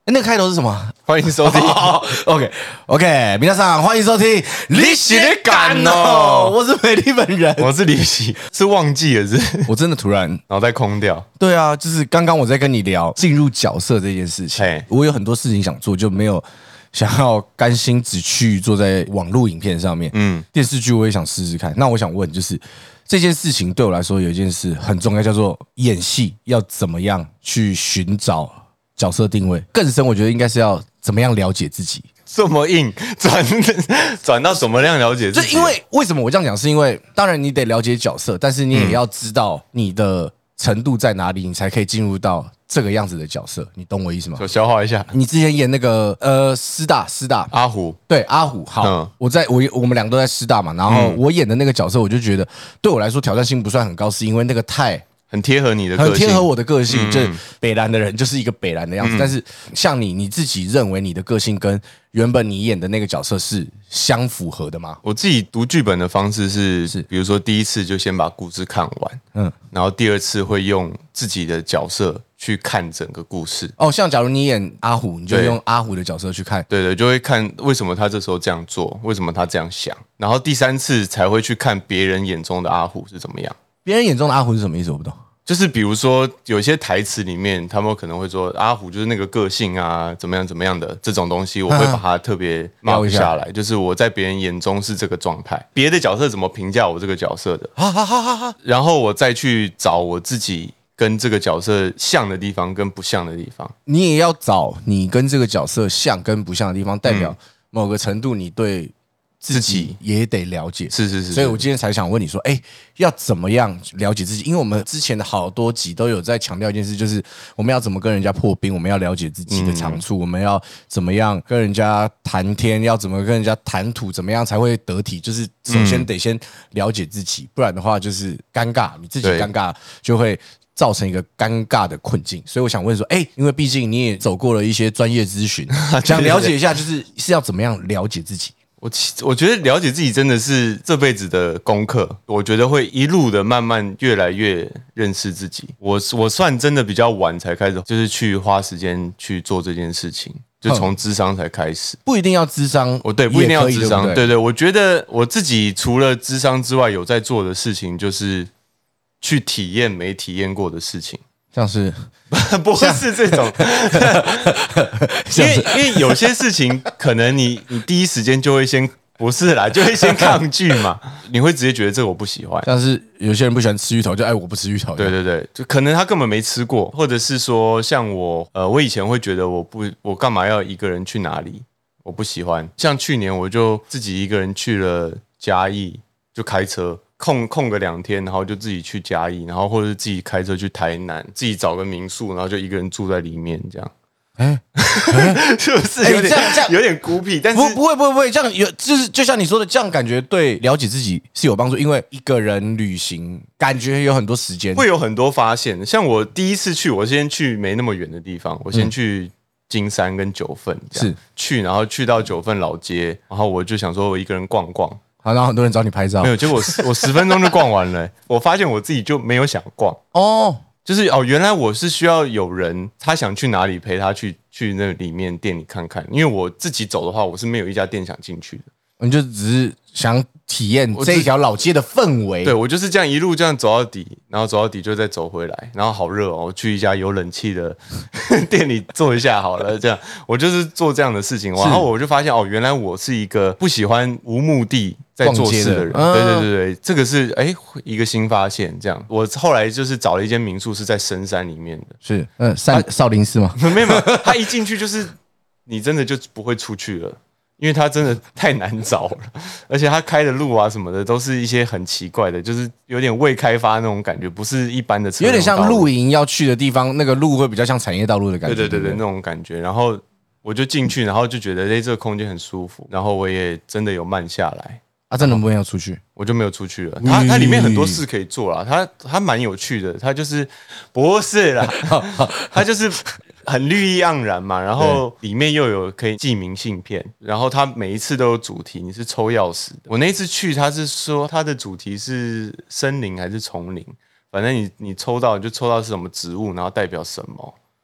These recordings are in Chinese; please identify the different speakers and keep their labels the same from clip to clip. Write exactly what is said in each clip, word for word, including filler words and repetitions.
Speaker 1: 那个开头是什么？
Speaker 2: 欢迎收听。
Speaker 1: OK OK， 皆さん欢迎收听《
Speaker 2: 你是在干哦》，
Speaker 1: 我是美丽本人，
Speaker 2: 我是李喜，是忘记了是？
Speaker 1: 我真的突然
Speaker 2: 脑袋空掉。
Speaker 1: 对啊，就是刚刚我在跟你聊进入角色这件事情，我有很多事情想做，就没有想要甘心只去做在网络影片上面。嗯，电视剧我也想试试看。那我想问，就是这件事情对我来说有一件事很重要，叫做演戏要怎么样去寻找角色定位。更深，我觉得应该是要怎么样了解自己。
Speaker 2: 这么硬，转转到怎么样了解自己？
Speaker 1: 就因为为什么我这样讲，是因为当然你得了解角色，但是你也要知道你的程度在哪里，你才可以进入到这个样子的角色。你懂我意思吗？
Speaker 2: 我消化一下。
Speaker 1: 你之前演那个呃师大师大
Speaker 2: 阿虎，
Speaker 1: 对阿虎，好，嗯、我在我我们两个都在师大嘛，然后我演的那个角色，我就觉得对我来说挑战性不算很高，是因为那个太。
Speaker 2: 很贴合你的个性，
Speaker 1: 很贴合我的个性，嗯、就是北蓝的人就是一个北蓝的样子。嗯、但是像你，你自己认为你的个性跟原本你演的那个角色是相符合的吗？
Speaker 2: 我自己读剧本的方式是，是比如说第一次就先把故事看完，嗯，然后第二次会用自己的角色去看整个故事。
Speaker 1: 哦，像假如你演阿虎，你就用阿虎的角色去看，
Speaker 2: 对对，就会看为什么他这时候这样做，为什么他这样想，然后第三次才会去看别人眼中的阿虎是怎么样。
Speaker 1: 别人眼中的阿虎是什么意思？我不懂。
Speaker 2: 就是比如说有些台词里面，他们可能会说阿虎就是那个个性啊，怎么样怎么样的这种东西，我会把它特别 mark 下来。就是我在别人眼中是这个状态，别的角色怎么评价我这个角色的，然后我再去找我自己跟这个角色像的地方跟不像的地方。
Speaker 1: 你也要找你跟这个角色像跟不像的地方，代表某个程度你对自己也得了解，
Speaker 2: 是是 是, 是，
Speaker 1: 所以我今天才想问你说，哎、欸，要怎么样了解自己？因为我们之前的好多集都有在强调一件事，就是我们要怎么跟人家破冰，我们要了解自己的长处，嗯、我们要怎么样跟人家谈天，要怎么跟人家谈吐，怎么样才会得体？就是首先得先了解自己，不然的话就是尴尬，你自己尴尬就会造成一个尴尬的困境。所以我想问说，哎、欸，因为毕竟你也走过了一些专业咨询，想了解一下，就是是要怎么样了解自己？
Speaker 2: 我我觉得了解自己真的是这辈子的功课，我觉得会一路的慢慢越来越认识自己。我我算真的比较晚才开始，就是去花时间去做这件事情，就从諮商才开始。
Speaker 1: 不一定要諮商，
Speaker 2: 我对不一定要諮商，对 对, 對，我觉得我自己除了諮商之外，有在做的事情就是去体验没体验过的事情。
Speaker 1: 像是
Speaker 2: 不是这种，因为因为有些事情可能你你第一时间就会先不是啦，就会先抗拒嘛，你会直接觉得这个我不喜欢。
Speaker 1: 像是有些人不喜欢吃芋头，就哎我不吃芋头。
Speaker 2: 对对对，就可能他根本没吃过，或者是说像我呃，我以前会觉得我不我干嘛要一个人去哪里，我不喜欢。像去年我就自己一个人去了嘉義，就开车。空空个两天，然后就自己去嘉義，然后或者是自己开车去台南，自己找个民宿，然后就一个人住在里面，这样，哎、欸，是不是有点、欸、这样这样有点孤僻？但是
Speaker 1: 不不会不会不会这样有，就是就像你说的，这样感觉对了解自己是有帮助，因为一个人旅行感觉有很多时间，
Speaker 2: 会有很多发现。像我第一次去，我先去没那么远的地方，我先去金山跟九份，是去，然后去到九份老街，然后我就想说我一个人逛逛。
Speaker 1: 好，然后很多人找你拍照，
Speaker 2: 没有，结果我我十分钟就逛完了、欸。我发现我自己就没有想逛哦，就是哦，原来我是需要有人，他想去哪里陪他去去那里面店里看看，因为我自己走的话，我是没有一家店想进去的。
Speaker 1: 你就只是想体验这一条老街的氛围，
Speaker 2: 对，我就是这样一路这样走到底，然后走到底就再走回来，然后好热哦，我去一家有冷气的店里坐一下好了，这样我就是做这样的事情，然后我就发现哦，原来我是一个不喜欢无目的在做事的人，的对对对对，这个是哎一个新发现，这样我后来就是找了一间民宿是在深山里面的，
Speaker 1: 是嗯少少林寺吗？
Speaker 2: 没有没有，他一进去就是你真的就不会出去了。因为它真的太难找了，而且它开的路啊什么的都是一些很奇怪的，就是有点未开发那种感觉，不是一般的车。
Speaker 1: 有点像露营要去的地方，那个路会比较像产业道路的感觉。
Speaker 2: 对对对对，那种感觉。然后我就进去，然后就觉得哎，这个空间很舒服，然后我也真的有慢下来。
Speaker 1: 啊，真的不要出去，
Speaker 2: 我就没有出去了。它它里面很多事可以做啦，它它蛮有趣的，它就是不是啦，它就是。很绿意盎然嘛，然后里面又有可以寄明信片，然后它每一次都有主题，你是抽钥匙的。我那一次去，他是说它的主题是森林还是丛林，反正你你抽到你就抽到是什么植物，然后代表什么，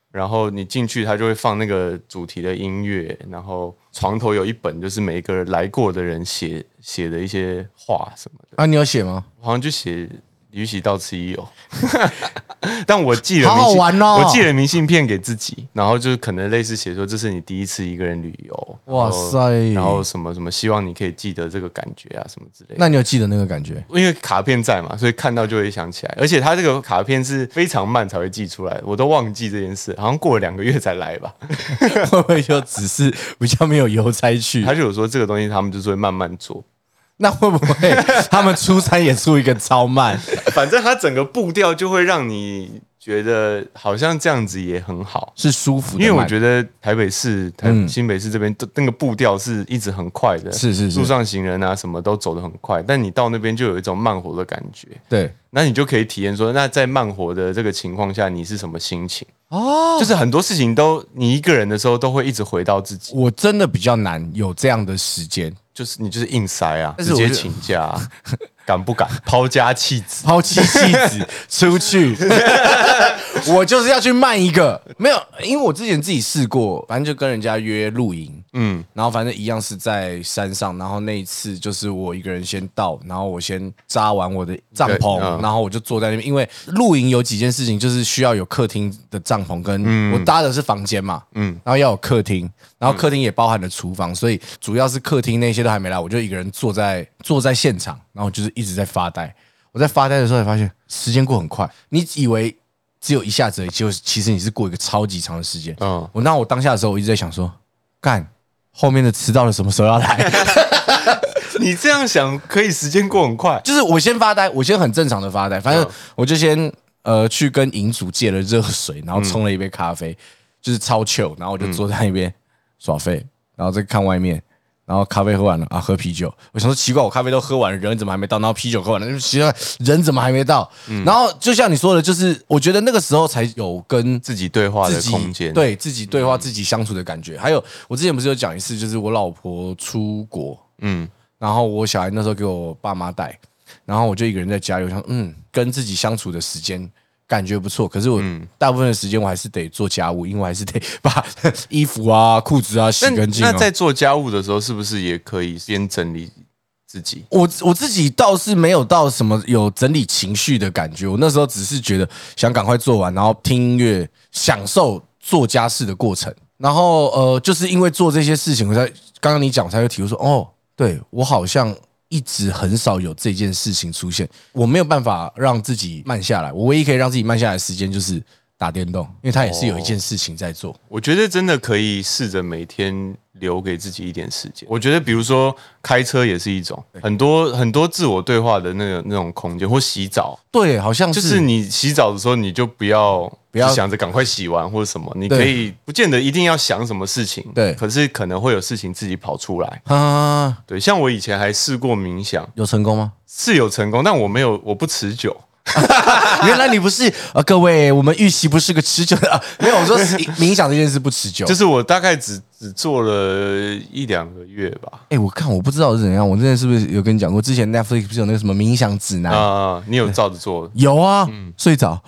Speaker 2: 然后你进去，他就会放那个主题的音乐，然后床头有一本就是每一个来过的人写写的一些话什么的。
Speaker 1: 啊，你有写吗？
Speaker 2: 我好像就写与其到此一游，但我寄了
Speaker 1: 好
Speaker 2: 明信，
Speaker 1: 好玩哦
Speaker 2: 我寄了明信片给自己，然后就是可能类似写说这是你第一次一个人旅游，
Speaker 1: 哇塞，
Speaker 2: 然后什么什么，希望你可以记得这个感觉啊什么之类的。
Speaker 1: 那你有记得那个感觉？
Speaker 2: 因为卡片在嘛，所以看到就会想起来，而且他这个卡片是非常慢才会寄出来，我都忘记这件事，好像过了两个月才来吧。
Speaker 1: 会不会就只是比较没有邮差去？
Speaker 2: 他就有说这个东西他们就是会慢慢做。
Speaker 1: 那会不会他们出餐也出一个超慢？
Speaker 2: 反正它整个步调就会让你觉得好像这样子也很好，
Speaker 1: 是舒服的慢。
Speaker 2: 因为我觉得台北市、台
Speaker 1: 嗯
Speaker 2: 新北市这边的那个步调是一直很快的，
Speaker 1: 是是是
Speaker 2: 路上行人啊什么都走得很快，但你到那边就有一种慢活的感觉，
Speaker 1: 对
Speaker 2: 那你就可以体验说，那在慢活的这个情况下，你是什么心情？
Speaker 1: 哦，
Speaker 2: 就是很多事情都你一个人的时候都会一直回到自己，
Speaker 1: 我真的比较难有这样的时间，
Speaker 2: 就是你就是硬塞啊，
Speaker 1: 但是我就
Speaker 2: 直接请假啊、敢不敢抛家弃子？
Speaker 1: 抛弃妻子出去，我就是要去慢一个。没有，因为我之前自己试过，反正就跟人家约露营，
Speaker 2: 嗯，
Speaker 1: 然后反正一样是在山上，然后那一次就是我一个人先到，然后我先扎完我的帐篷，
Speaker 2: 对嗯
Speaker 1: 然后我就坐在那边，因为露营有几件事情就是需要有客厅的帐篷，跟、
Speaker 2: 嗯
Speaker 1: 我搭的是房间嘛，
Speaker 2: 嗯
Speaker 1: 然后要有客厅，然后客厅也包含了厨房，所以主要是客厅那些都还没来，我就一个人坐在坐在现场，然后就是一直在发呆。我在发呆的时候才发现时间过很快，你以为只有一下子而已，就其实你是过一个超级长的时间。
Speaker 2: 嗯
Speaker 1: 我那我当下的时候，我一直在想说，干后面的迟到的什么时候要来？
Speaker 2: 你这样想，可以时间过很快。
Speaker 1: 就是我先发呆，我先很正常的发呆，反正我就先呃去跟营主借了热水，然后冲了一杯咖啡，就是超 chill，然后我就坐在那边耍废，然后再看外面。然后咖啡喝完了啊，喝啤酒。我想说奇怪，我咖啡都喝完了，人怎么还没到？然后啤酒喝完了，奇怪，人怎么还没到？然后就像你说的，就是我觉得那个时候才有跟
Speaker 2: 自己对话的
Speaker 1: 自己
Speaker 2: 空间，
Speaker 1: 对自己对话、自己相处的感觉。还有我之前不是有讲一次，就是我老婆出国，
Speaker 2: 嗯，
Speaker 1: 然后我小孩那时候给我爸妈带，然后我就一个人在家里，我想嗯，跟自己相处的时间感觉不错。可是我大部分的时间我还是得做家务，因为我还是得把衣服啊、裤子啊洗
Speaker 2: 那
Speaker 1: 干净啊。
Speaker 2: 那在做家务的时候，是不是也可以边整理自己？
Speaker 1: 我我自己倒是没有到什么有整理情绪的感觉，我那时候只是觉得想赶快做完，然后听音乐，享受做家事的过程。然后呃，就是因为做这些事情，我才刚刚你讲，我才会提出说，哦，对我好像一直很少有这件事情出现，我没有办法让自己慢下来。我唯一可以让自己慢下来的时间就是打电动，因为它也是有一件事情在做。
Speaker 2: 我觉得真的可以试着每天留给自己一点时间。我觉得，比如说开车也是一种很多很多自我对话的那个那种空间，或洗澡，
Speaker 1: 对，好像
Speaker 2: 就是是你洗澡的时候，你就不要
Speaker 1: 不要
Speaker 2: 只想着赶快洗完或者什么，你可以不见得一定要想什么事情，
Speaker 1: 对
Speaker 2: 可是可能会有事情自己跑出来。
Speaker 1: 啊，
Speaker 2: 对，像我以前还试过冥想，
Speaker 1: 有成功吗？
Speaker 2: 是有成功，但我没有，我不持久。
Speaker 1: 原来你不是呃，各位，我们预习不是个持久的啊，没有，我说冥想这件事不持久，
Speaker 2: 就是我大概只只做了一两个月吧。
Speaker 1: 哎、欸，我看我不知道是怎样，我之前是不是有跟你讲过？之前 Netflix 不是有那个什么冥想指南
Speaker 2: 啊？你有照着做？
Speaker 1: 有啊，嗯、睡着，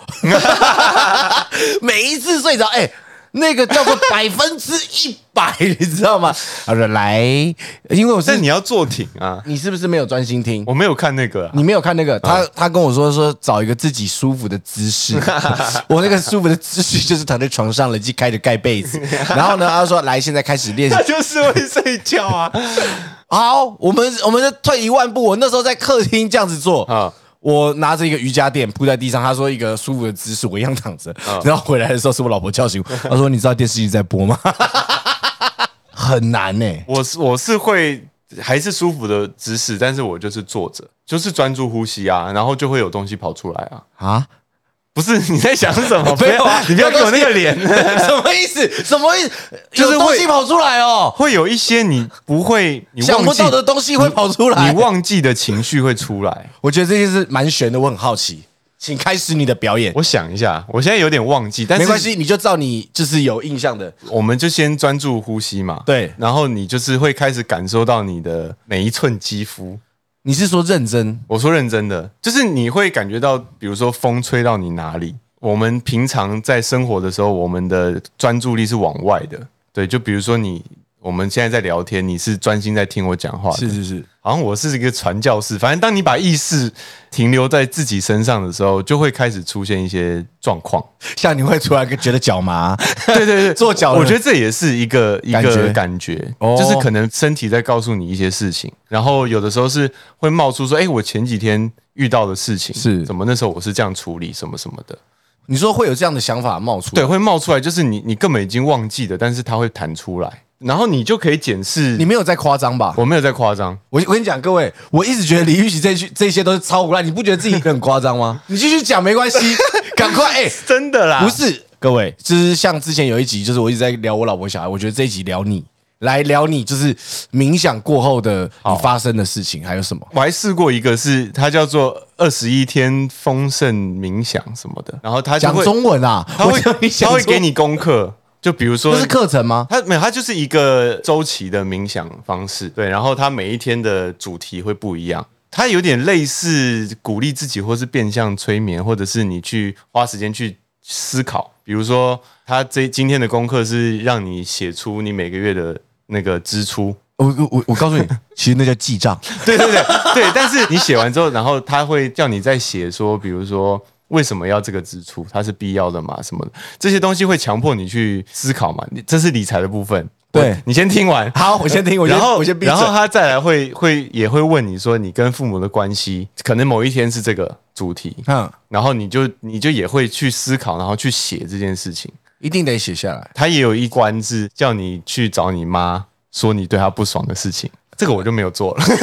Speaker 1: 每一次睡着，哎、欸。那个叫做百分之一百，你知道吗？他说来，因为我是，
Speaker 2: 但你要坐挺啊，
Speaker 1: 你是不是没有专心听？
Speaker 2: 我没有看那个、啊，
Speaker 1: 你没有看那个，他他跟我说说找一个自己舒服的姿势，我那个舒服的姿势就是躺在床上，冷气开着盖被子，然后呢，他说来，现在开始练习，
Speaker 2: 他就是会睡觉啊。
Speaker 1: 好，我们我们就退一万步，我那时候在客厅这样子做啊。我拿着一个瑜伽垫铺在地上，他说一个舒服的姿势，我一样躺着。嗯、然后回来的时候是我老婆叫醒我，他说：“你知道电视机在播吗？”很难呢、欸。
Speaker 2: 我是我是会还是舒服的姿势，但是我就是坐着，就是专注呼吸啊，然后就会有东西跑出来啊啊！不是你在想什么？
Speaker 1: 没有啊，
Speaker 2: 你不要给我那个脸，
Speaker 1: 什么意思？什么意思？就是东西跑出来哦，
Speaker 2: 会有一些你不会、你
Speaker 1: 想不到的东西会跑出来，
Speaker 2: 你忘记的情绪会出来。
Speaker 1: 我觉得这件事蛮悬的，我很好奇，请开始你的表演。
Speaker 2: 我想一下，我现在有点忘记，但是
Speaker 1: 没关系，你就照你就是有印象的，
Speaker 2: 我们就先专注呼吸嘛。
Speaker 1: 对，
Speaker 2: 然后你就是会开始感受到你的每一寸肌肤。
Speaker 1: 你是说认真？
Speaker 2: 我说认真的，就是你会感觉到，比如说风吹到你哪里。 我们平常在生活的时候，我们的专注力是往外的。对，就比如说你，我们现在在聊天，你是专心在听我讲话的。
Speaker 1: 是是是，
Speaker 2: 好像我是一个传教士。反正当你把意识停留在自己身上的时候，就会开始出现一些状况。
Speaker 1: 像你会突然觉得脚麻，
Speaker 2: 对对对，
Speaker 1: 做脚，
Speaker 2: 我觉得这也是一个一个感觉，
Speaker 1: 哦、
Speaker 2: 就是可能身体在告诉你一些事情，然后有的时候是会冒出说，哎，我前几天遇到的事情
Speaker 1: 是
Speaker 2: 怎么那时候我是这样处理什么什么的。
Speaker 1: 你说会有这样的想法冒出来？
Speaker 2: 对，会冒出来，就是你你根本已经忘记了，但是它会弹出来，然后你就可以检视。
Speaker 1: 你没有在夸张吧？
Speaker 2: 我没有在夸张。
Speaker 1: 我我跟你讲，各位，我一直觉得李玉玺这句这些都是超胡乱，你不觉得自己很夸张吗？你继续讲没关系，赶快哎，欸、
Speaker 2: 真的啦，
Speaker 1: 不是各位，就是像之前有一集，就是我一直在聊我老婆小孩，我觉得这一集聊你。来聊你就是冥想过后的你发生的事情，还有什么？
Speaker 2: 我还试过一个是它叫做二十一天丰盛冥想什么的，然后他
Speaker 1: 讲中文啊，
Speaker 2: 他会他会给你功课，就比如说
Speaker 1: 这是课程吗？
Speaker 2: 它没有，它就是一个周期的冥想方式，对，然后它每一天的主题会不一样。它有点类似鼓励自己，或是变相催眠，或者是你去花时间去思考。比如说，他这今天的功课是让你写出你每个月的那个支出。
Speaker 1: 我我我告诉你，其实那叫记账。
Speaker 2: 对对对对，但是你写完之后，然后他会叫你再写说，比如说为什么要这个支出，它是必要的嘛？什么的这些东西会强迫你去思考嘛？这是理财的部分。
Speaker 1: 对，
Speaker 2: 你先听完。
Speaker 1: 好，我先听，我先
Speaker 2: 然后
Speaker 1: 我先闭嘴。
Speaker 2: 然后他再来会会也会问你说，你跟父母的关系，可能某一天是这个主题，嗯，然后你就你就也会去思考，然后去写这件事情，
Speaker 1: 一定得写下来。
Speaker 2: 他也有一关是叫你去找你妈说你对她不爽的事情，这个我就没有做了。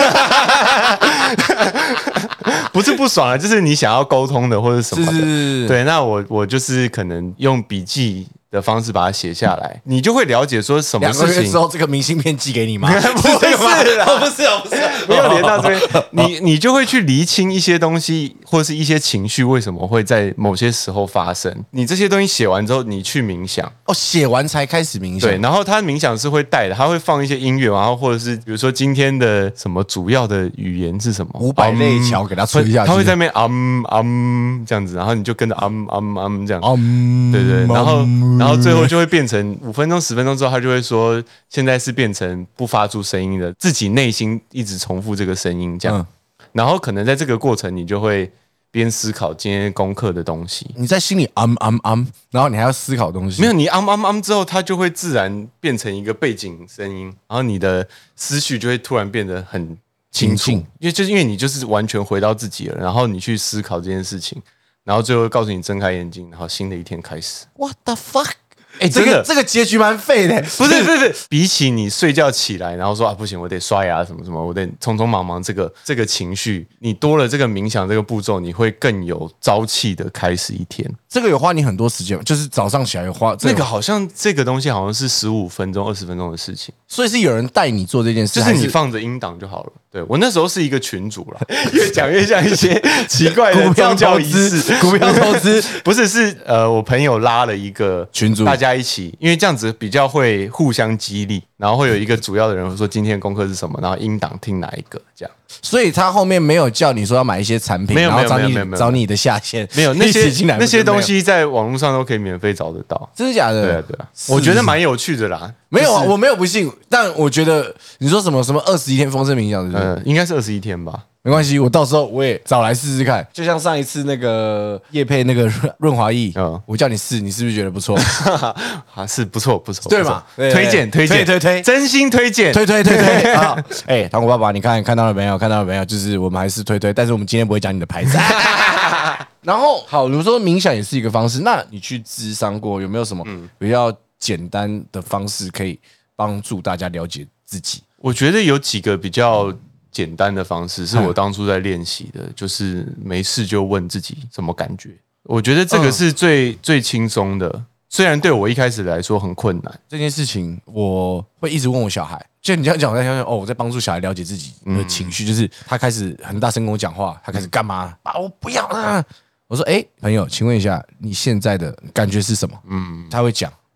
Speaker 2: 不是不爽了，就是你想要沟通的或者什么的。
Speaker 1: 是是是
Speaker 2: 对，那我我就是可能用笔记的方式把它写下来，你就会了解说什么事情。
Speaker 1: 两个月之后，这个明信片寄给你吗？
Speaker 2: 不是
Speaker 1: 这个吗？
Speaker 2: 啦
Speaker 1: 不是哦，不是，
Speaker 2: 没有连到这边。你你就会去厘清一些东西，或者是一些情绪为什么会在某些时候发生。你这些东西写完之后，你去冥想。
Speaker 1: 哦，写完才开始冥想。
Speaker 2: 对，然后他冥想是会带的，他会放一些音乐，然后或者是比如说今天的什么主要的语言是什么，
Speaker 1: 五百肋桥给他吹下去，
Speaker 2: 他会在那边嗯嗯这样子，然后你就跟着嗯嗯嗯这样，
Speaker 1: 嗯，
Speaker 2: 对对，然后然后最后就会变成五分钟十分钟之后，他就会说现在是变成不发出声音的，自己内心一直重复这个声音这样，然后可能在这个过程你就会边思考今天功课的东西，
Speaker 1: 你在心里嗯嗯嗯，然后你还要思考东西。
Speaker 2: 没有，你嗯嗯嗯之后，它就会自然变成一个背景声音，然后你的思绪就会突然变得很清楚，因为就是因为你就是完全回到自己了，然后你去思考这件事情，然后最后告诉你睁开眼睛，然后新的一天开始。
Speaker 1: What the fuck？
Speaker 2: 哎、欸，
Speaker 1: 这个这个结局蛮废的，
Speaker 2: 不是不是不是，比起你睡觉起来，然后说啊不行，我得刷牙什么什么，我得匆匆忙忙，这个这个情绪，你多了这个冥想这个步骤，你会更有朝气的开始一天。
Speaker 1: 这个有花你很多时间，就是早上起来有花、这个、
Speaker 2: 那个好像这个东西好像是十五分钟、二十分钟的事情，
Speaker 1: 所以是有人带你做这件事，
Speaker 2: 就是你放着音档就好了。对我那时候是一个群主啦，越讲越像一些奇怪的宗教仪式，
Speaker 1: 股票投资
Speaker 2: 不是是呃，我朋友拉了一个
Speaker 1: 群组，
Speaker 2: 大家一起，因为这样子比较会互相激励，然后会有一个主要的人说今天的功课是什么，然后音档听哪一个这样。
Speaker 1: 所以他后面没有叫你说要买一些产品，
Speaker 2: 没有
Speaker 1: 然后找你
Speaker 2: 没有没有没有
Speaker 1: 找你的下线，
Speaker 2: 没有那些那些东
Speaker 1: 西，
Speaker 2: 西在网络上都可以免费找得到，
Speaker 1: 真的假的？
Speaker 2: 对啊对啊，我觉得蛮有趣的啦。
Speaker 1: 没有，
Speaker 2: 就是、
Speaker 1: 我没有不信，但我觉得你说什么什么二十一天丰盛冥想，是不是？
Speaker 2: 呃，应该是二十一天吧。
Speaker 1: 没关系，我到时候我也找来试试看。就像上一次那个业配那个润滑液，嗯，我叫你试，你是不是觉得不错？
Speaker 2: 啊，是不错不错，
Speaker 1: 对嘛？
Speaker 2: 推荐推荐
Speaker 1: 推推，
Speaker 2: 真心推荐，
Speaker 1: 推推推推啊！哎，糖果爸爸，你看看到了没有？看到了没有？就是我们还是推推，但是我们今天不会讲你的牌子。然后好，比如说冥想也是一个方式，那你去咨商过有没有什么比较简单的方式可以帮助大家了解自己？
Speaker 2: 我觉得有几个比较简单的方式是我当初在练习的，就是没事就问自己什么感觉。我觉得这个是最、嗯、最轻松的，虽然对我一开始来说很困难。
Speaker 1: 这件事情我会一直问我小孩，就你这样讲，我在想想哦，我在帮助小孩了解自己的情绪，嗯、就是他开始很大声跟我讲话，他开始干嘛啊？我不要啊！我说，哎、欸，朋友，请问一下，你现在的感觉是什么？嗯，他会讲。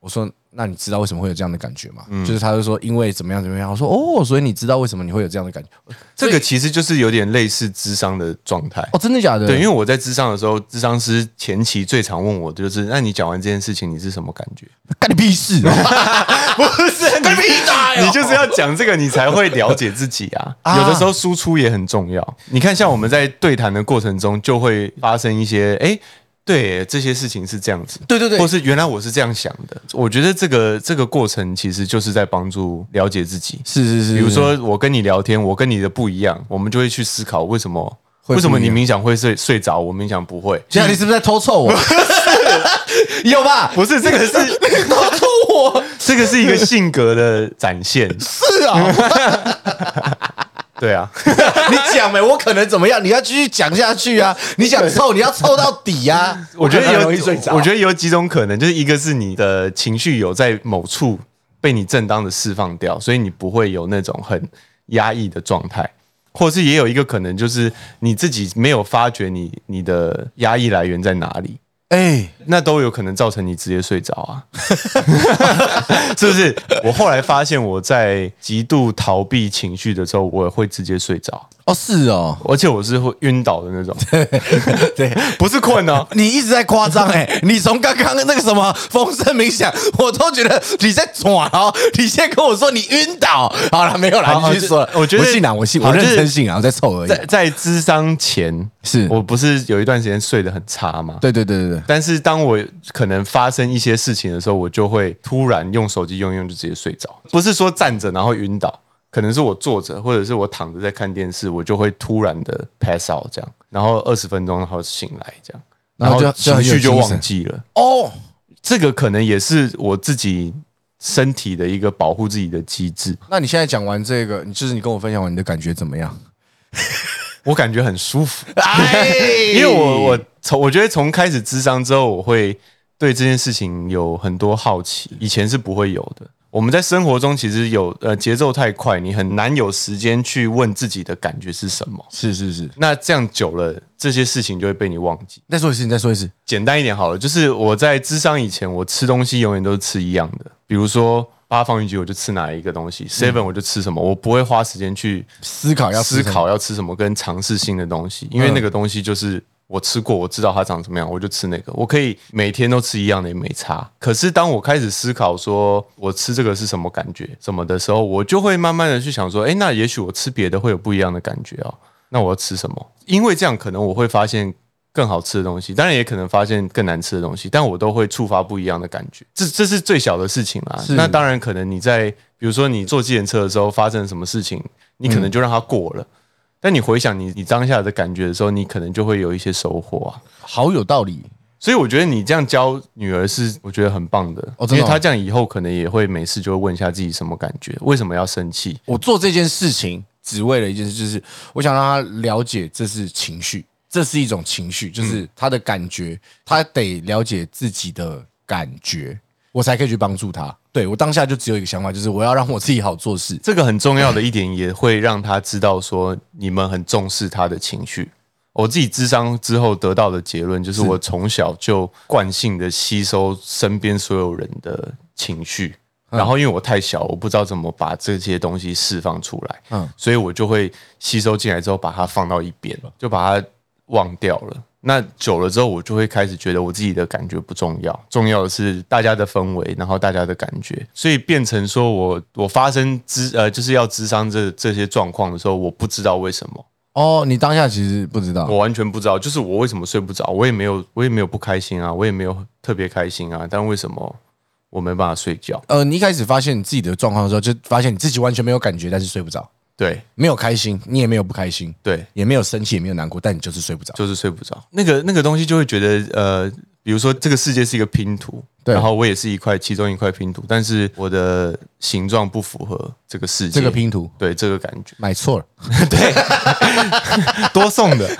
Speaker 1: 我说那你知道为什么会有这样的感觉吗？嗯、就是他就说因为怎么样怎么样。我说哦，所以你知道为什么你会有这样的感觉？
Speaker 2: 这个其实就是有点类似諮商的状态
Speaker 1: 哦，真的假的？
Speaker 2: 对，因为我在諮商的时候，諮商师前期最常问我的就是，那你讲完这件事情你是什么感觉？
Speaker 1: 干你屁事、哦！
Speaker 2: 不是
Speaker 1: 干你屁大
Speaker 2: 你就是要讲这个，你才会了解自己啊。啊有的时候输出也很重要。你看，像我们在对谈的过程中，就会发生一些哎。诶对，这些事情是这样子，
Speaker 1: 对对对，
Speaker 2: 或是原来我是这样想的。我觉得这个这个过程其实就是在帮助了解自己。
Speaker 1: 是是是，
Speaker 2: 比如说我跟你聊天，我跟你的不一样，我们就会去思考为什么为什么你冥想会睡睡着，我冥想不会。
Speaker 1: 现在你是不是在偷臭我？有吧？
Speaker 2: 不是，这个是
Speaker 1: 偷臭我，
Speaker 2: 这个是一个性格的展现。
Speaker 1: 是啊。
Speaker 2: 对啊，
Speaker 1: 你讲没？我可能怎么样？你要继续讲下去啊！你想凑，你要凑到底啊！
Speaker 2: 我觉得有，我觉得有几种可能，就是一个是你的情绪有在某处被你正当的释放掉，所以你不会有那种很压抑的状态，或是也有一个可能，就是你自己没有发觉你你的压抑来源在哪里。哎、欸，那都有可能造成你直接睡着啊，是不是？我后来发现，我在极度逃避情绪的时候，我会直接睡着。
Speaker 1: 哦，是哦，
Speaker 2: 而且我是会晕倒的那种，
Speaker 1: 对，
Speaker 2: 不是困哦。
Speaker 1: 你一直在夸张哎，你从刚刚那个什么丰盛冥想，我都觉得你在耍哦。你现在跟我说你晕倒，好了，没有啦，你继续说了。
Speaker 2: 我觉得
Speaker 1: 我信啊，我信，我认真信啊，我在凑而已。
Speaker 2: 在在諮商前，
Speaker 1: 是
Speaker 2: 我不是有一段时间睡得很差吗？
Speaker 1: 对对对对对。
Speaker 2: 但是当我可能发生一些事情的时候，我就会突然用手机用一用就直接睡着，不是说站着然后晕倒。可能是我坐着，或者是我躺着在看电视，我就会突然的 pass out 这样，然后二十分钟然后醒来这样，然后情绪就忘记了。哦，这个可能也是我自己身体的一个保护自己的机制。
Speaker 1: 那你现在讲完这个，你就是你跟我分享完你的感觉怎么样？
Speaker 2: 我感觉很舒服，因为我我从我觉得从开始諮商之后，我会对这件事情有很多好奇，以前是不会有的。我们在生活中其实有呃节奏太快，你很难有时间去问自己的感觉是什么。
Speaker 1: 是是是，
Speaker 2: 那这样久了，这些事情就会被你忘记。
Speaker 1: 再说一次，你再说一次。
Speaker 2: 简单一点好了，就是我在諮商以前，我吃东西永远都是吃一样的，比如说八方云集我就吃哪一个东西 ，seven 我就吃什么，我不会花时间去
Speaker 1: 思考要
Speaker 2: 思考要吃什么，跟尝试新的东西，因为那个东西就是我吃过，我知道它长什么样，我就吃那个。我可以每天都吃一样的也没差。可是当我开始思考说我吃这个是什么感觉什么的时候，我就会慢慢的去想说，哎，那也许我吃别的会有不一样的感觉哦。那我要吃什么？因为这样可能我会发现更好吃的东西，当然也可能发现更难吃的东西，但我都会触发不一样的感觉。这这是最小的事情啦。那当然可能你在比如说你坐计程车的时候发生什么事情，你可能就让它过了。嗯，但你回想你你当下的感觉的时候，你可能就会有一些收获啊，
Speaker 1: 好有道理。
Speaker 2: 所以我觉得你这样教女儿是我觉得很棒的，哦，真的哦，因为她这样以后可能也会每次就会问一下自己什么感觉，为什么要生气。
Speaker 1: 我做这件事情只为了一件事，就是我想让她了解这是情绪，这是一种情绪，就是她的感觉，她得了解自己的感觉，我才可以去帮助她。对，我当下就只有一个想法，就是我要让我自己好做事。
Speaker 2: 这个很重要的一点，也会让他知道说你们很重视他的情绪。我自己諮商之后得到的结论就是，我从小就惯性的吸收身边所有人的情绪，嗯，然后因为我太小，我不知道怎么把这些东西释放出来，嗯，所以我就会吸收进来之后把它放到一边，就把它忘掉了。那久了之后，我就会开始觉得我自己的感觉不重要，重要的是大家的氛围，然后大家的感觉，所以变成说我我发生諮呃就是要諮商这这些状况的时候，我不知道为什么。
Speaker 1: 哦，你当下其实不知道，
Speaker 2: 我完全不知道，就是我为什么睡不着，我也没有我也没有不开心啊，我也没有特别开心啊，但为什么我没办法睡觉？
Speaker 1: 呃，你一开始发现你自己的状况的时候，就发现你自己完全没有感觉，但是睡不着。
Speaker 2: 对，没
Speaker 1: 有开心，你也没有不开心，
Speaker 2: 对，
Speaker 1: 也没有生气，也没有难过，但你就是睡不着，
Speaker 2: 就是睡不着。那个那个东西就会觉得，呃，比如说这个世界是一个拼图，然后我也是一块其中一块拼图，但是我的形状不符合这个世界，
Speaker 1: 这个拼图，
Speaker 2: 对这个感觉，
Speaker 1: 买错了，
Speaker 2: 对，多送的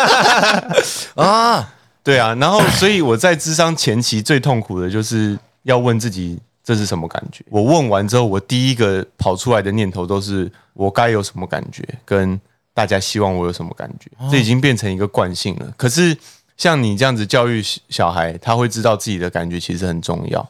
Speaker 2: 啊，对啊，然后所以我在諮商前期最痛苦的就是要问自己。这是什么感觉？我问完之后，我第一个跑出来的念头都是我该有什么感觉，跟大家希望我有什么感觉。这已经变成一个惯性了。可是像你这样子教育小孩，他会知道自己的感觉其实很重要。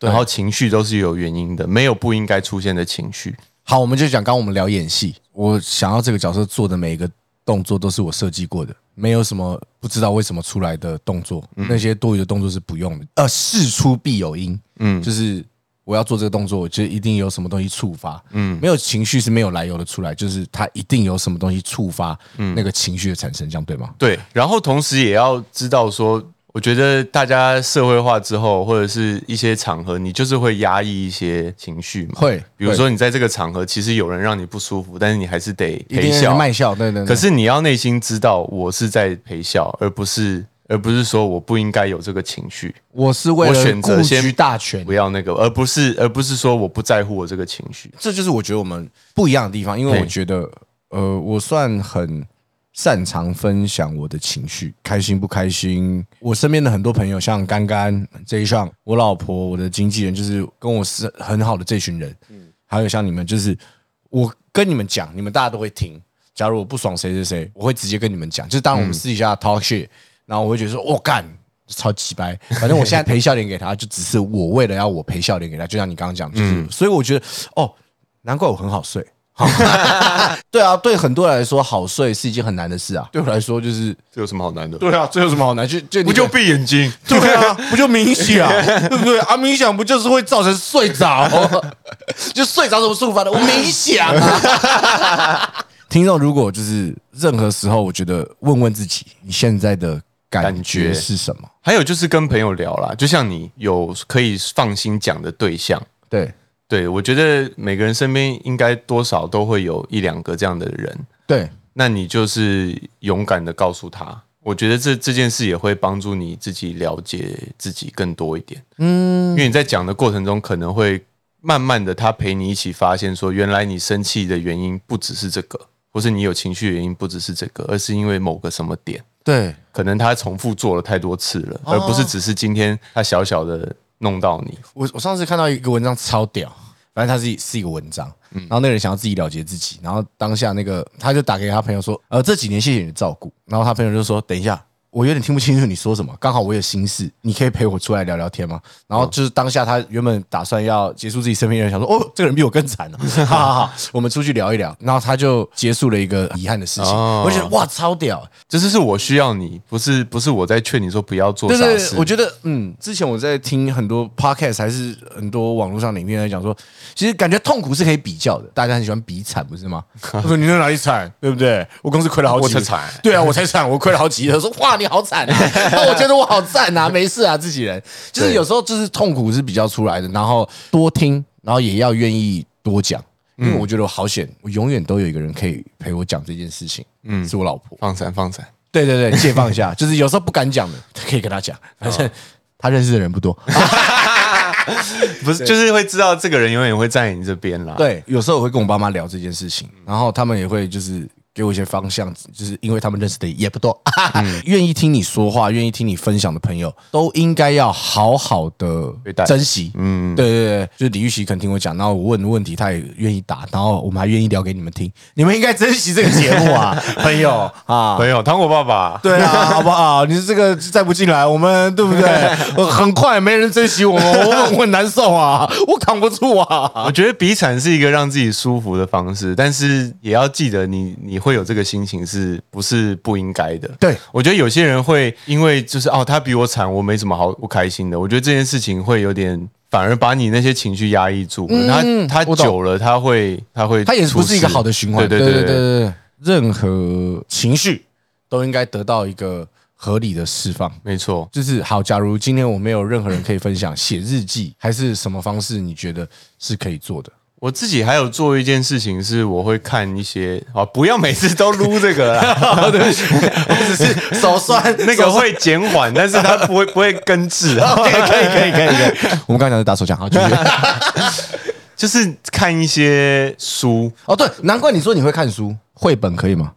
Speaker 2: 然后情绪都是有原因的，没有不应该出现的情绪。
Speaker 1: 好，我们就讲，刚刚我们聊演戏，我想要这个角色做的每一个动作都是我设计过的，没有什么不知道为什么出来的动作，嗯、那些多余的动作是不用的。呃，事出必有因，嗯，就是我要做这个动作，我觉得一定有什么东西触发，嗯，没有情绪是没有来由的出来，就是它一定有什么东西触发那个情绪的产生，这样对吗？
Speaker 2: 对，然后同时也要知道说。我觉得大家社会化之后，或者是一些场合，你就是会压抑一些情绪嘛。
Speaker 1: 会，
Speaker 2: 比如说你在这个场合，其实有人让你不舒服，但是你还是得陪笑、
Speaker 1: 卖笑，对 对, 对。
Speaker 2: 可是你要内心知道，我是在陪笑，而不是而不是说我不应该有这个情绪。
Speaker 1: 我是为了顾居大权，
Speaker 2: 不要那个，而不是而不是说我不在乎我这个情绪。
Speaker 1: 这就是我觉得我们不一样的地方，因为我觉得，呃，我算很。擅长分享我的情绪，开心不开心。我身边的很多朋友，像干干、这一上，我老婆、我的经纪人，就是跟我是很好的这群人。嗯，还有像你们，就是我跟你们讲，你们大家都会听。假如我不爽谁谁谁，我会直接跟你们讲。就是当我们私底下 talk shit，、嗯、然后我会觉得说，我、哦、干超鸡掰。反正我现在赔笑脸给他，就只是我为了要我赔笑脸给他，就像你刚刚讲，就是、嗯，所以我觉得哦，难怪我很好睡。对啊，对很多人来说，好睡是一件很难的事啊。对我来说，就是
Speaker 2: 这有什么好难的？
Speaker 1: 对啊，这有什么好难？就就
Speaker 2: 不就闭眼睛？
Speaker 1: 对啊，不就冥想，对不对啊？冥想不就是会造成睡着？就睡着怎么触发的？我冥想啊。听众如果就是任何时候，我觉得问问自己，你现在的感觉是什么？
Speaker 2: 还有就是跟朋友聊啦，就像你有可以放心讲的对象，
Speaker 1: 对。
Speaker 2: 对，我觉得每个人身边应该多少都会有一两个这样的人。
Speaker 1: 对，
Speaker 2: 那你就是勇敢的告诉他，我觉得这这件事也会帮助你自己了解自己更多一点。嗯，因为你在讲的过程中，可能会慢慢的他陪你一起发现，说原来你生气的原因不只是这个，或是你有情绪的原因不只是这个，而是因为某个什么点。
Speaker 1: 对，
Speaker 2: 可能他重复做了太多次了，哦、而不是只是今天他小小的。弄到你，
Speaker 1: 我我上次看到一个文章超屌，反正它是是一个文章，嗯、然后那个人想要自己了解自己，然后当下那个他就打给他朋友说，呃，这几年谢谢你的照顾，然后他朋友就说，等一下，我有点听不清楚你说什么，刚好我有心事，你可以陪我出来聊聊天吗？然后就是当下他原本打算要结束自己生命的人，想说，哦，这个人比我更惨了，好好好，我们出去聊一聊，然后他就结束了一个遗憾的事情，哦、我就觉得哇，超屌，
Speaker 2: 这就是我需要你，不是不是我在劝你说不要做傻事。
Speaker 1: 对对对，我觉得嗯，之前我在听很多 podcast 还是很多网络上影片在讲说，其实感觉痛苦是可以比较的，大家很喜欢比惨，不是吗？我说你在哪里惨，对不对？我公司亏了好几亿，
Speaker 2: 我才惨，
Speaker 1: 对啊，我才惨，我亏了好几亿。他说哇，你好惨啊！我觉得我好赞啊，没事啊，自己人。就是有时候就是痛苦是比较出来的，然后多听，然后也要愿意多讲，因为我觉得我好险，我永远都有一个人可以陪我讲这件事情，嗯，是我老婆。
Speaker 2: 放闪放闪，
Speaker 1: 对对对，借放一下，就是有时候不敢讲的，可以跟他讲，反正他认识的人不多。
Speaker 2: 不是，就是会知道这个人永远会站在你这边啦。
Speaker 1: 对，有时候我会跟我爸妈聊这件事情，然后他们也会就是给我一些方向，就是因为他们认识的也不多，愿、嗯、意听你说话、愿意听你分享的朋友，都应该要好好的珍惜。嗯，对对对，就是李玉玺肯听我讲，然后我问问题，他也愿意答，然后我们还愿意聊给你们听，你们应该珍惜这个节目啊，朋友啊，
Speaker 2: 朋友，糖果爸爸，
Speaker 1: 对啊，好不好？你这个再不进来，我们对不对？很快没人珍惜我们，我们会难受啊，我扛不住啊。
Speaker 2: 我觉得比惨是一个让自己舒服的方式，但是也要记得你你。会有这个心情是不是不应该的？
Speaker 1: 对，
Speaker 2: 我觉得有些人会因为就是哦，他比我惨，我没什么好不开心的。我觉得这件事情会有点反而把你那些情绪压抑住，嗯、他他久了他会他会
Speaker 1: 他也不是一个好的循环。
Speaker 2: 对对对对 对, 对, 对，
Speaker 1: 任何情绪都应该得到一个合理的释放。
Speaker 2: 没错，
Speaker 1: 就是好。假如今天我没有任何人可以分享写日记，还是什么方式，你觉得是可以做的？
Speaker 2: 我自己还有做一件事情，是我会看一些啊，不要每次都撸这个啦，
Speaker 1: 对不起，我只是手酸，
Speaker 2: 那个会减缓，但是它不会不会根治啊。
Speaker 1: 可以可以可以可以可以，我们刚才讲的打手枪，好，继续。
Speaker 2: 就是看一些书
Speaker 1: 哦，对，难怪你说你会看书，绘本可以吗？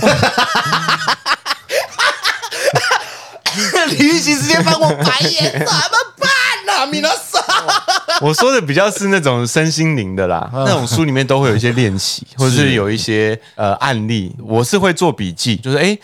Speaker 1: 李玉玺直接翻我白眼，怎么办啊？米娜桑，
Speaker 2: 我说的比较是那种身心灵的啦，那种书里面都会有一些练习，或者是有一些呃案例，我是会做笔记，就是哎。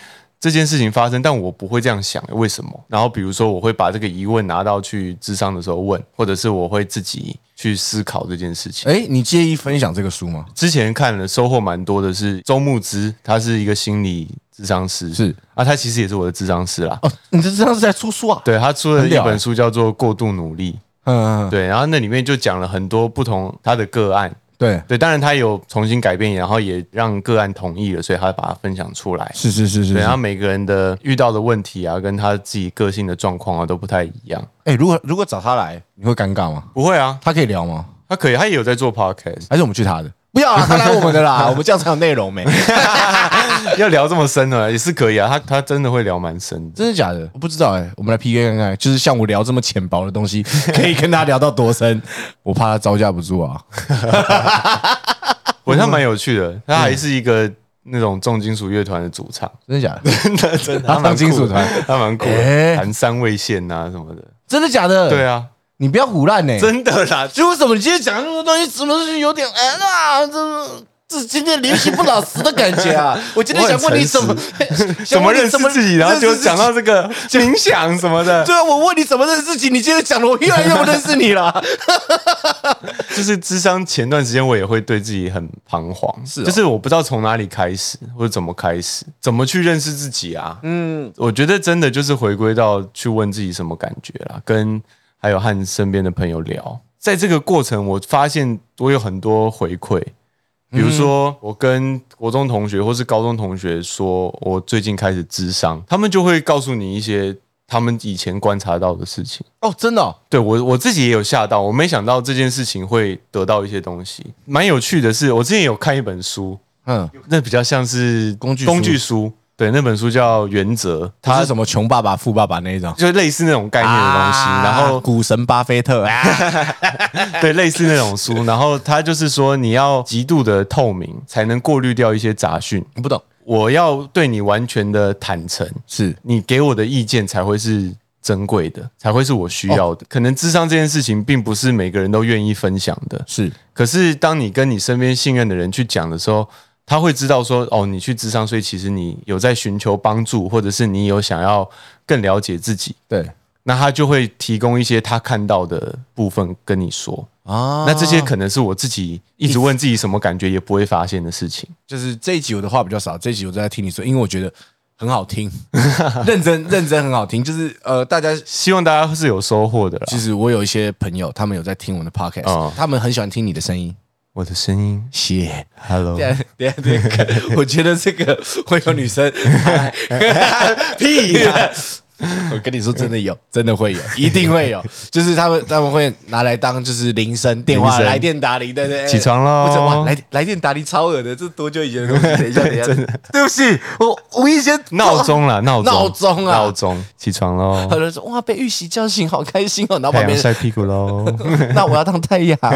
Speaker 2: 这件事情发生，但我不会这样想，为什么？然后比如说我会把这个疑问拿到去咨商的时候问，或者是我会自己去思考这件事情。
Speaker 1: 哎，你介意分享这个书吗？
Speaker 2: 之前看了收获蛮多的是周慕姿，他是一个心理咨商师，
Speaker 1: 是
Speaker 2: 啊，他其实也是我的咨商师啦。
Speaker 1: 哦，你的咨商师在出书啊？
Speaker 2: 对，他出了一本书叫做《过度努力》，
Speaker 1: 嗯，
Speaker 2: 对，然后那里面就讲了很多不同他的个案。
Speaker 1: 对
Speaker 2: 对，当然他有重新改变，然后也让个案同意了，所以他把它分享出来。
Speaker 1: 是是是是，
Speaker 2: 对，然后每个人的遇到的问题啊，跟他自己个性的状况啊都不太一样。
Speaker 1: 哎，如果如果找他来，你会尴尬吗？
Speaker 2: 不会啊，
Speaker 1: 他可以聊吗？
Speaker 2: 他可以，他也有在做 podcast，
Speaker 1: 还是我们去他的？不要啊，他来我们的啦，我们这样才有内容没？
Speaker 2: 要聊这么深的也是可以啊，他他真的会聊蛮深的。
Speaker 1: 真的假的？我不知道哎、欸，我们来 P K 看看，就是像我聊这么浅薄的东西，可以跟他聊到多深？我怕他招架不住啊。
Speaker 2: 我觉得他蛮有趣的，他还是一个那种重金属乐团的主唱，
Speaker 1: 真的假的？
Speaker 2: 真的真的，
Speaker 1: 他当金属团，
Speaker 2: 他蛮酷的，弹三味线啊什么的。
Speaker 1: 真的假的？
Speaker 2: 对啊，
Speaker 1: 你不要胡乱呢，
Speaker 2: 真的啦。
Speaker 1: 就为什么你今天讲那么多东西，什么是有点哎啊这。这今天联系不老实的感觉啊！我今天想问你怎么
Speaker 2: 怎么认识自己，然后就讲到这个冥想什么的。
Speaker 1: 对啊，我问你怎么认识自己，你今天讲的我越来越不认识你了。
Speaker 2: 就是諮商前段时间我也会对自己很彷徨，是、哦，就是我不知道从哪里开始或者怎么开始，怎么去认识自己啊？嗯，我觉得真的就是回归到去问自己什么感觉啦，跟还有和身边的朋友聊，在这个过程我发现我有很多回馈。比如说，我跟国中同学或是高中同学说，我最近开始諮商，他们就会告诉你一些他们以前观察到的事情。
Speaker 1: 哦，真的、哦？
Speaker 2: 对，我我自己也有吓到，我没想到这件事情会得到一些东西。蛮有趣的是，我之前有看一本书，嗯，那比较像是
Speaker 1: 工具
Speaker 2: 工具书。对，那本书叫《原则》，
Speaker 1: 它是什么穷爸爸富爸爸那一种，
Speaker 2: 就类似那种概念的东西。啊、然后
Speaker 1: 股神巴菲特，啊、
Speaker 2: 对，类似那种书。然后他就是说，你要极度的透明，才能过滤掉一些杂讯。
Speaker 1: 你不懂，
Speaker 2: 我要对你完全的坦诚，
Speaker 1: 是
Speaker 2: 你给我的意见才会是珍贵的，才会是我需要的。哦、可能諮商这件事情，并不是每个人都愿意分享的，
Speaker 1: 是。
Speaker 2: 可是当你跟你身边信任的人去讲的时候，他会知道说，哦，你去諮商，所以其实你有在寻求帮助，或者是你有想要更了解自己。
Speaker 1: 对，
Speaker 2: 那他就会提供一些他看到的部分跟你说。啊，那这些可能是我自己一直问自己什么感觉也不会发现的事情。
Speaker 1: 就是这一集我的话比较少，这一集我都在听你说，因为我觉得很好听，认真认真很好听。就是呃，大家
Speaker 2: 希望大家是有收获的啦。
Speaker 1: 其实我有一些朋友，他们有在听我的 podcast，、哦、他们很喜欢听你的声音。
Speaker 2: 我的声音，
Speaker 1: 谢
Speaker 2: ，Hello，
Speaker 1: 等下等下，我觉得这个会有女生，屁啦！我跟你说，真的有，真的会有，一定会有，就是他们他们会拿来当就是铃声电话，来电打铃，对对，
Speaker 2: 起床喽！
Speaker 1: 哇，来来电打铃超恶的，这是多久以前的东西？等一下，等一下，真的，对不起，我我以前
Speaker 2: 闹钟啦，闹钟，
Speaker 1: 闹钟啊，
Speaker 2: 闹钟，起床喽！
Speaker 1: 有人说哇，被玉玺叫醒，好开心哦，然后旁边
Speaker 2: 晒屁股喽，
Speaker 1: 那我要当太阳。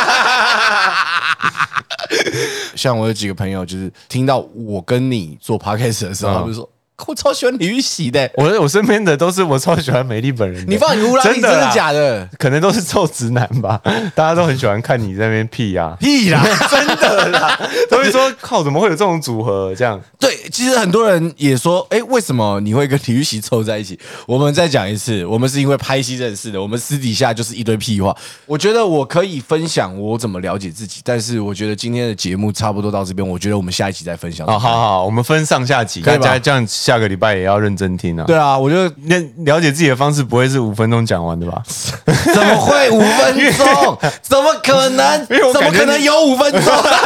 Speaker 1: 像我有几个朋友，就是听到我跟你做 podcast 的时候，他们就说。我超喜欢李玉玺的、欸，
Speaker 2: 我我身边的都是我超喜欢美丽本人的。
Speaker 1: 你放你胡乱，真的真的假的？
Speaker 2: 可能都是臭直男吧，大家都很喜欢看你在那边屁呀、啊、
Speaker 1: 屁啦，
Speaker 2: 真的啦，都会说靠，怎么会有这种组合这样？
Speaker 1: 对，其实很多人也说，哎、欸，为什么你会跟李玉玺凑在一起？我们再讲一次，我们是因为拍戏认识的，我们私底下就是一堆屁话。我觉得我可以分享我怎么了解自己，但是我觉得今天的节目差不多到这边，我觉得我们下一集再分享。
Speaker 2: 哦，好好，我们分上下集，大家这样下个礼拜也要认真听啊。
Speaker 1: 对啊，我觉得
Speaker 2: 了解自己的方式不会是五分钟讲完的吧？
Speaker 1: 怎么会五分钟？怎么可能？怎么可能有五分钟？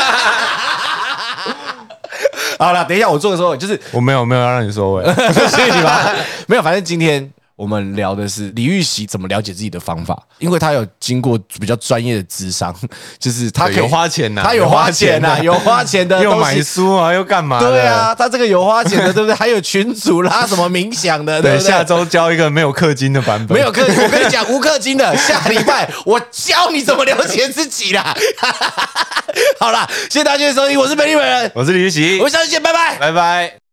Speaker 1: 好了，等一下我做的时候，就是
Speaker 2: 我没有没有要让你收尾，
Speaker 1: 谢谢你吧。没有，反正今天我们聊的是李玉玺怎么了解自己的方法，因为他有经过比较专业的諮商，就是他可以
Speaker 2: 有花钱呐、啊，
Speaker 1: 他有花钱呐、啊，有花钱的，
Speaker 2: 又买书啊，又干嘛？
Speaker 1: 对啊，他这个有花钱的，对不对？还有群组啦，什么冥想的，对不对？
Speaker 2: 下周教一个没有氪金的版本，
Speaker 1: 没有氪金，我跟你讲无氪金的，下礼拜我教你怎么了解自己啦。好啦，谢谢大家的收听，我是美丽本人，
Speaker 2: 我是李玉玺，
Speaker 1: 我们下次见，拜拜，
Speaker 2: 拜拜。